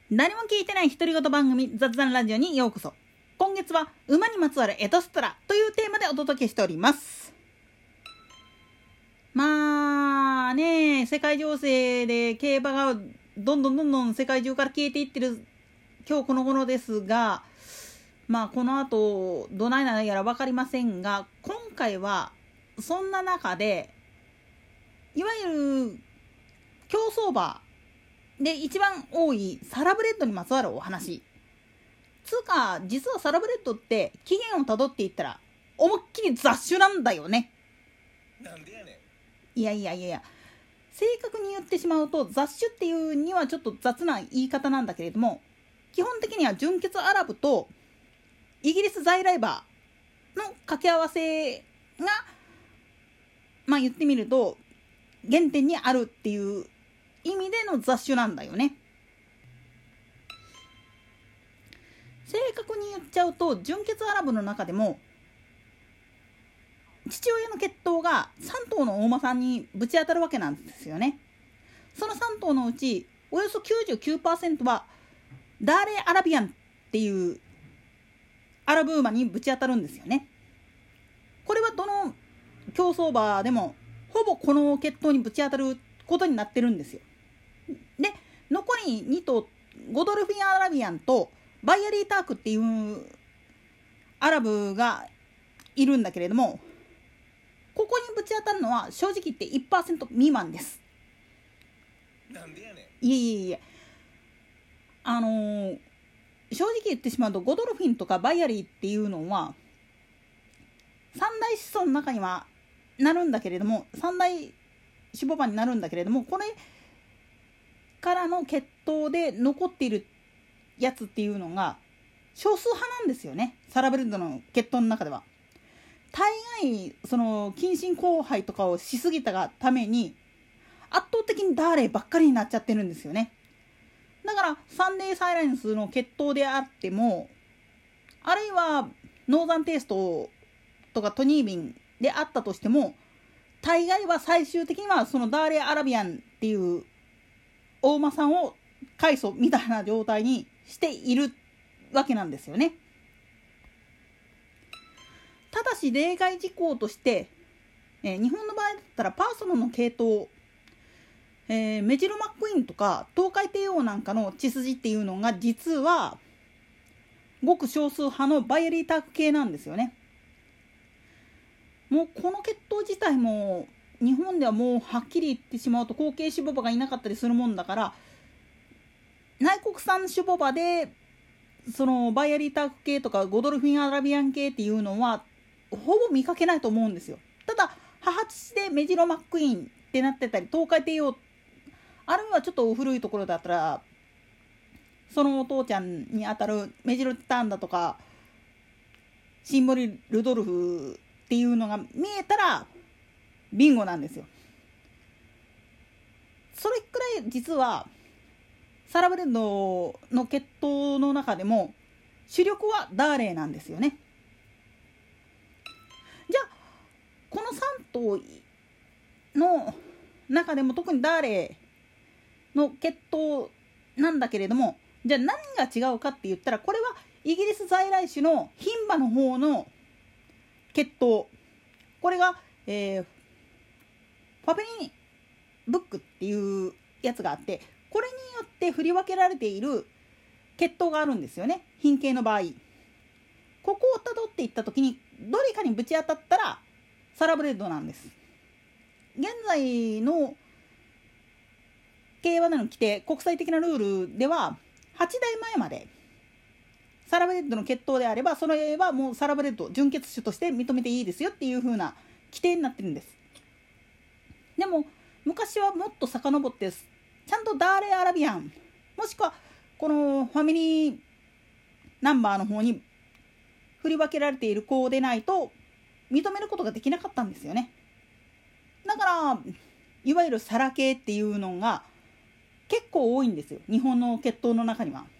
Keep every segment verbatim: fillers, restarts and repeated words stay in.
誰も聞いてない独り言番組雑談ラジオにようこそ。今月は馬にまつわるエトストラというテーマでお届けしております。まあね、世界情勢で競馬がどんどんどんどん世界中から消えていってる今日この頃ですが、まあこの後どないなのやら分かりませんが、今回はそんな中でいわゆる競走馬で一番多いサラブレッドにまつわるお話つうか、実はサラブレッドって起源をたどっていったら思いっきり雑種なんだよね。 なんでやねん。いやいやいやいや、正確に言ってしまうと雑種っていうにはちょっと雑な言い方なんだけれども、基本的には純血アラブとイギリス在来馬の掛け合わせがまあ言ってみると原点にあるっていう意味での雑種なんだよね。正確に言っちゃうと純血アラブの中でも父親の血統がさん頭のお馬さんにぶち当たるわけなんですよね。そのさん頭のうちおよそ きゅうじゅうきゅうパーセント はダーレアラビアンっていうアラブ馬にぶち当たるんですよね。これはどの競走馬でもほぼこの血統にぶち当たることになってるんですよ。で、残りに頭ゴドルフィンアラビアンとバイアリータークっていうアラブがいるんだけれども、ここにぶち当たるのは正直言って いちパーセント 未満です。 なんでやねん。いえいえいえ、あのー、正直言ってしまうとゴドルフィンとかバイアリーっていうのは三大子孫の中にはなるんだけれども、三大種牡馬になるんだけれども、これからの血統で残っているやつっていうのが少数派なんですよね。サラブレッドの血統の中では大概その近親交配とかをしすぎたがために圧倒的にダーレーばっかりになっちゃってるんですよね。だからサンデーサイレンスの血統であっても、あるいはノーザンテイストとかトニービンであったとしても、大概は最終的にはそのダーレーアラビアンっていうお馬さんを開祖みたいな状態にしているわけなんですよね。ただし例外事項として、えー、日本の場合だったらパーソナの系統、えー、メジロマックイーンとか東海帝王なんかの血筋っていうのが実はごく少数派のバイアリーターク系なんですよね。もうこの血統自体も日本ではもうはっきり言ってしまうと後継種牡馬がいなかったりするもんだから、内国産種牡馬でそのバイアリーターク系とかゴドルフィンアラビアン系っていうのはほぼ見かけないと思うんですよ。ただ母父でメジロマックイーンってなってたり、東海帝王、あるいはちょっと古いところだったらそのお父ちゃんにあたるメジロティターンだとかシンボリルドルフっていうのが見えたらビンゴなんですよ。それくらい実はサラブレッドの血統の中でも主力はダーレーなんですよね。じゃあこのさん頭の中でも特にダーレーの血統なんだけれども、じゃあ何が違うかって言ったら、これはイギリス在来種の牝馬の方の血統、これが、えー、ファベリンブックっていうやつがあって、これによって振り分けられている血統があるんですよね。牝系の場合ここをたどっていった時にどれかにぶち当たったらサラブレッドなんです。現在の競馬での規定、国際的なルールでははちだいまえまでサラブレッドの血統であれば、それはもうサラブレッド純血種として認めていいですよっていう風な規定になってるんです。でも昔はもっと遡ってちゃんとダーレーアラビアン、もしくはこのファミリーナンバーの方に振り分けられている子でないと認めることができなかったんですよね。だからいわゆるサラ系っていうのが結構多いんですよ、日本の血統の中には。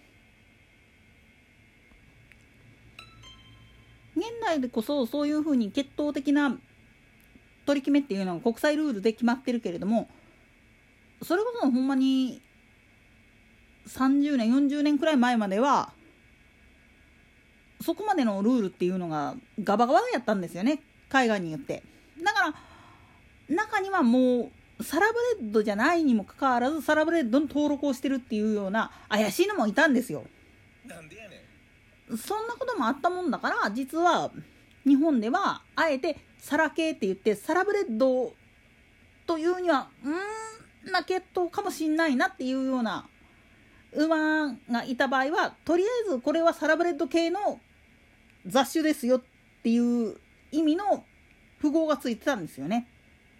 現代でこそそういうふうに血統的な取り決めっていうのが国際ルールで決まってるけれども、それこそほんまにさんじゅうねんよんじゅうねんくらい前まではそこまでのルールっていうのがガバガバやったんですよね、海外によって。だから中にはもうサラブレッドじゃないにもかかわらずサラブレッドの登録をしてるっていうような怪しいのもいたんですよ。 なんでやねん。そんなこともあったもんだから、実は日本ではあえてサラ系って言ってサラブレッドというにはうーんな血統かもしんないなっていうような馬がいた場合は、とりあえずこれはサラブレッド系の雑種ですよっていう意味の符号がついてたんですよね。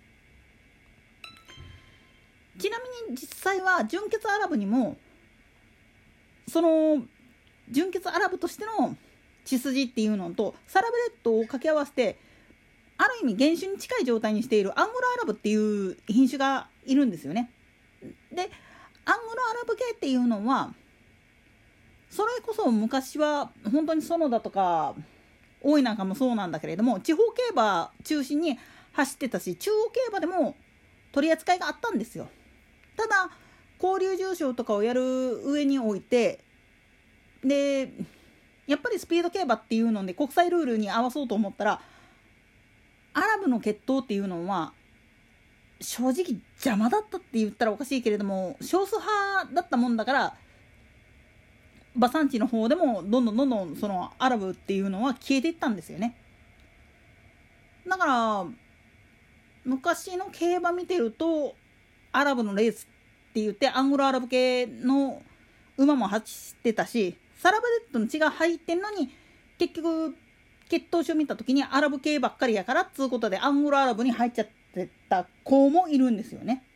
ちなみに実際は純血アラブにもその純血アラブとしての血筋っていうのとサラブレッドを掛け合わせてある意味原種に近い状態にしているアングロアラブっていう品種がいるんですよね。でアングロアラブ系っていうのはそれこそ昔は本当に園田とか大井なんかもそうなんだけれども、地方競馬中心に走ってたし、中央競馬でも取り扱いがあったんですよ。ただ交流重賞とかをやる上において、でやっぱりスピード競馬っていうので国際ルールに合わそうと思ったらアラブの血統っていうのは正直邪魔だったって言ったらおかしいけれども、少数派だったもんだから、馬産地の方でもどんどんどんどんそのアラブっていうのは消えていったんですよね。だから昔の競馬見てるとアラブのレースって言ってアングロアラブ系の馬も走ってたし、サラブレッドの血が入ってんのに結局血統書見た時にアラブ系ばっかりやからっつうことでアングロアラブに入っちゃってた子もいるんですよね。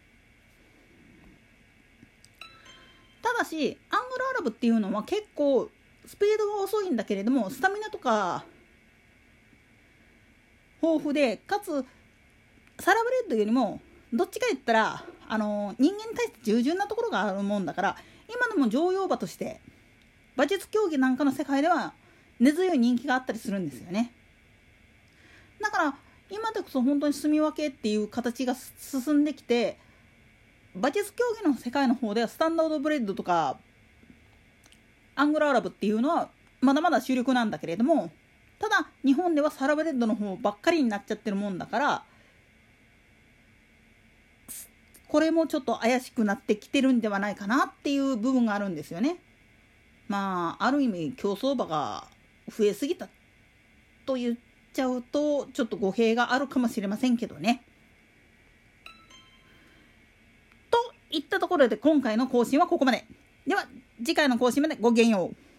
ただしアングロアラブっていうのは結構スピードが遅いんだけれどもスタミナとか豊富で、かつサラブレッドよりもどっちか言ったらあの人間に対して従順なところがあるもんだから、今でも常用馬として馬術競技なんかの世界では根強い人気があったりするんですよね。だから今でこそ本当に住み分けっていう形が進んできて、馬術競技の世界の方ではスタンダードブレッドとかアングロアラブっていうのはまだまだ主力なんだけれども、ただ日本ではサラブレッドの方ばっかりになっちゃってるもんだから、これもちょっと怪しくなってきてるんではないかなっていう部分があるんですよね。まあある意味競走馬が増えすぎたと言っちゃうとちょっと語弊があるかもしれませんけどね。といったところで今回の更新はここまで。では次回の更新までごきげんよう。